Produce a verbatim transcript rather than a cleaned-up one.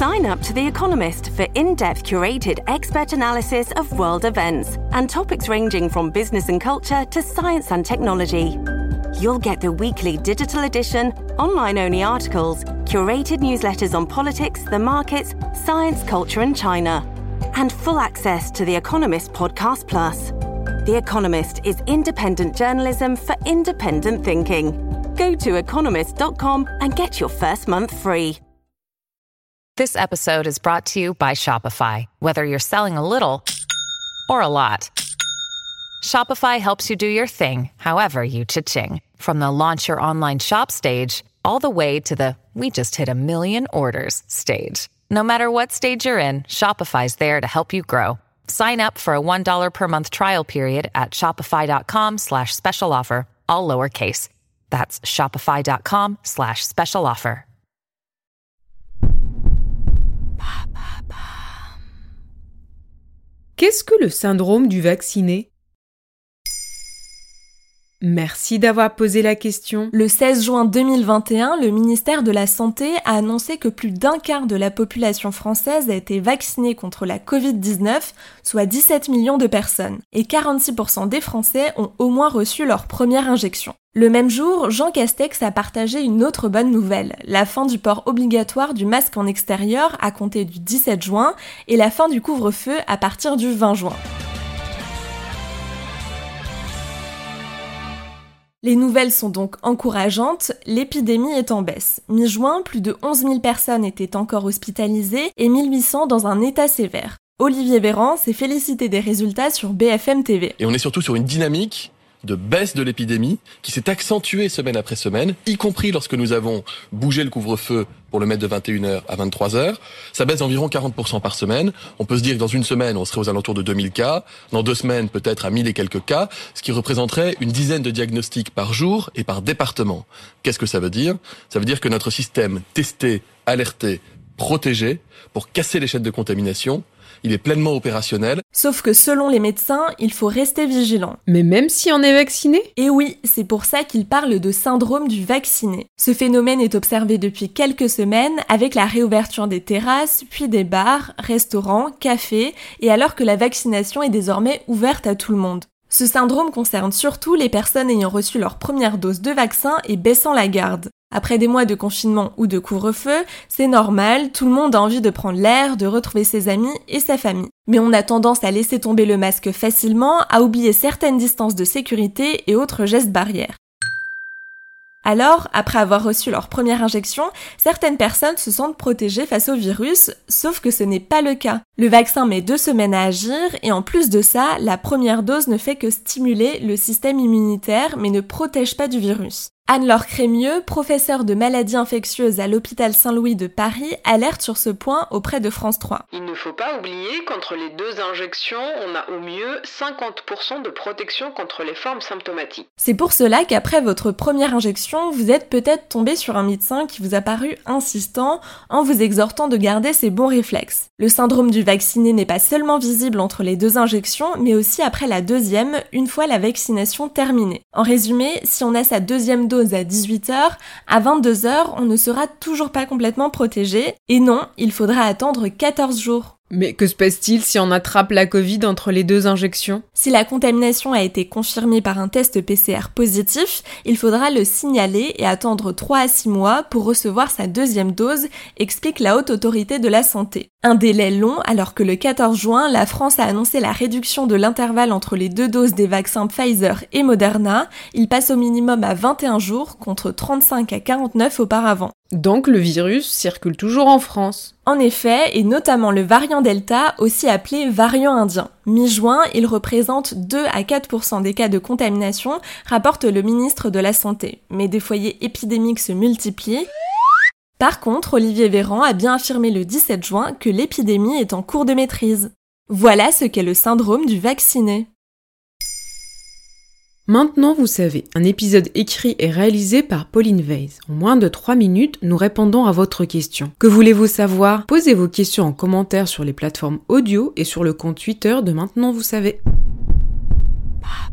Sign up to The Economist for in-depth curated expert analysis of world events and topics ranging from business and culture to science and technology. You'll get the weekly digital edition, online-only articles, curated newsletters on politics, the markets, science, culture and China, and full access to The Economist Podcast Plus. The Economist is independent journalism for independent thinking. Go to economist dot com and get your first month free. This episode is brought to you by Shopify. Whether you're selling a little or a lot, Shopify helps you do your thing, however you cha-ching. From the launch your online shop stage, all the way to the we just hit a million orders stage. No matter what stage you're in, Shopify's there to help you grow. Sign up for a one dollar per month trial period at shopify.com slash special offer, all lowercase. That's shopify.com slash special offer. Qu'est-ce que le syndrome du vacciné ? Merci d'avoir posé la question. Le seize juin deux mille vingt et un, le ministère de la Santé a annoncé que plus d'un quart de la population française a été vaccinée contre la covid dix-neuf, soit dix-sept millions de personnes. Et quarante-six pour cent des Français ont au moins reçu leur première injection. Le même jour, Jean Castex a partagé une autre bonne nouvelle, la fin du port obligatoire du masque en extérieur à compter du dix-sept juin et la fin du couvre-feu à partir du vingt juin. Les nouvelles sont donc encourageantes, l'épidémie est en baisse. Mi-juin, plus de onze mille personnes étaient encore hospitalisées et mille huit cents dans un état sévère. Olivier Véran s'est félicité des résultats sur B F M T V. Et on est surtout sur une dynamique de baisse de l'épidémie qui s'est accentuée semaine après semaine, y compris lorsque nous avons bougé le couvre-feu pour le mettre de vingt et une heures à vingt-trois heures. Ça baisse d'environ quarante pour cent par semaine. On peut se dire que dans une semaine, on serait aux alentours de deux mille cas. Dans deux semaines, peut-être à mille et quelques cas, ce qui représenterait une dizaine de diagnostics par jour et par département. Qu'est-ce que ça veut dire ? Ça veut dire que notre système testé, alerté, protégé, pour casser les chaînes de contamination, il est pleinement opérationnel. Sauf que selon les médecins, il faut rester vigilant. Mais même si on est vacciné ? Et oui, c'est pour ça qu'ils parlent de syndrome du vacciné. Ce phénomène est observé depuis quelques semaines avec la réouverture des terrasses, puis des bars, restaurants, cafés, et alors que la vaccination est désormais ouverte à tout le monde. Ce syndrome concerne surtout les personnes ayant reçu leur première dose de vaccin et baissant la garde. Après des mois de confinement ou de couvre-feu, c'est normal, tout le monde a envie de prendre l'air, de retrouver ses amis et sa famille. Mais on a tendance à laisser tomber le masque facilement, à oublier certaines distances de sécurité et autres gestes barrières. Alors, après avoir reçu leur première injection, certaines personnes se sentent protégées face au virus, sauf que ce n'est pas le cas. Le vaccin met deux semaines à agir et en plus de ça, la première dose ne fait que stimuler le système immunitaire mais ne protège pas du virus. Anne-Laure Crémieux, professeure de maladies infectieuses à l'hôpital Saint-Louis de Paris, alerte sur ce point auprès de France trois. Il ne faut pas oublier qu'entre les deux injections, on a au mieux cinquante pour cent de protection contre les formes symptomatiques. C'est pour cela qu'après votre première injection, vous êtes peut-être tombé sur un médecin qui vous a paru insistant en vous exhortant de garder ses bons réflexes. Le syndrome du vacciné n'est pas seulement visible entre les deux injections, mais aussi après la deuxième, une fois la vaccination terminée. En résumé, si on a sa deuxième dose à dix-huit heures, à vingt-deux heures, on ne sera toujours pas complètement protégé. Et non, il faudra attendre quatorze jours. Mais que se passe-t-il si on attrape la Covid entre les deux injections ? Si la contamination a été confirmée par un test P C R positif, il faudra le signaler et attendre trois à six mois pour recevoir sa deuxième dose, explique la Haute Autorité de la Santé. Un délai long alors que le quatorze juin, la France a annoncé la réduction de l'intervalle entre les deux doses des vaccins Pfizer et Moderna. Il passe au minimum à vingt et un jours contre trente-cinq à quarante-neuf auparavant. Donc le virus circule toujours en France. En effet, et notamment le variant Delta, aussi appelé variant indien. Mi-juin, il représente deux à quatre pour cent des cas de contamination, rapporte le ministre de la Santé. Mais des foyers épidémiques se multiplient. Par contre, Olivier Véran a bien affirmé le dix-sept juin que l'épidémie est en cours de maîtrise. Voilà ce qu'est le syndrome du vacciné. Maintenant, vous savez, un épisode écrit et réalisé par Pauline Weiss. En moins de trois minutes, nous répondons à votre question. Que voulez-vous savoir ? Posez vos questions en commentaire sur les plateformes audio et sur le compte Twitter de Maintenant, vous savez.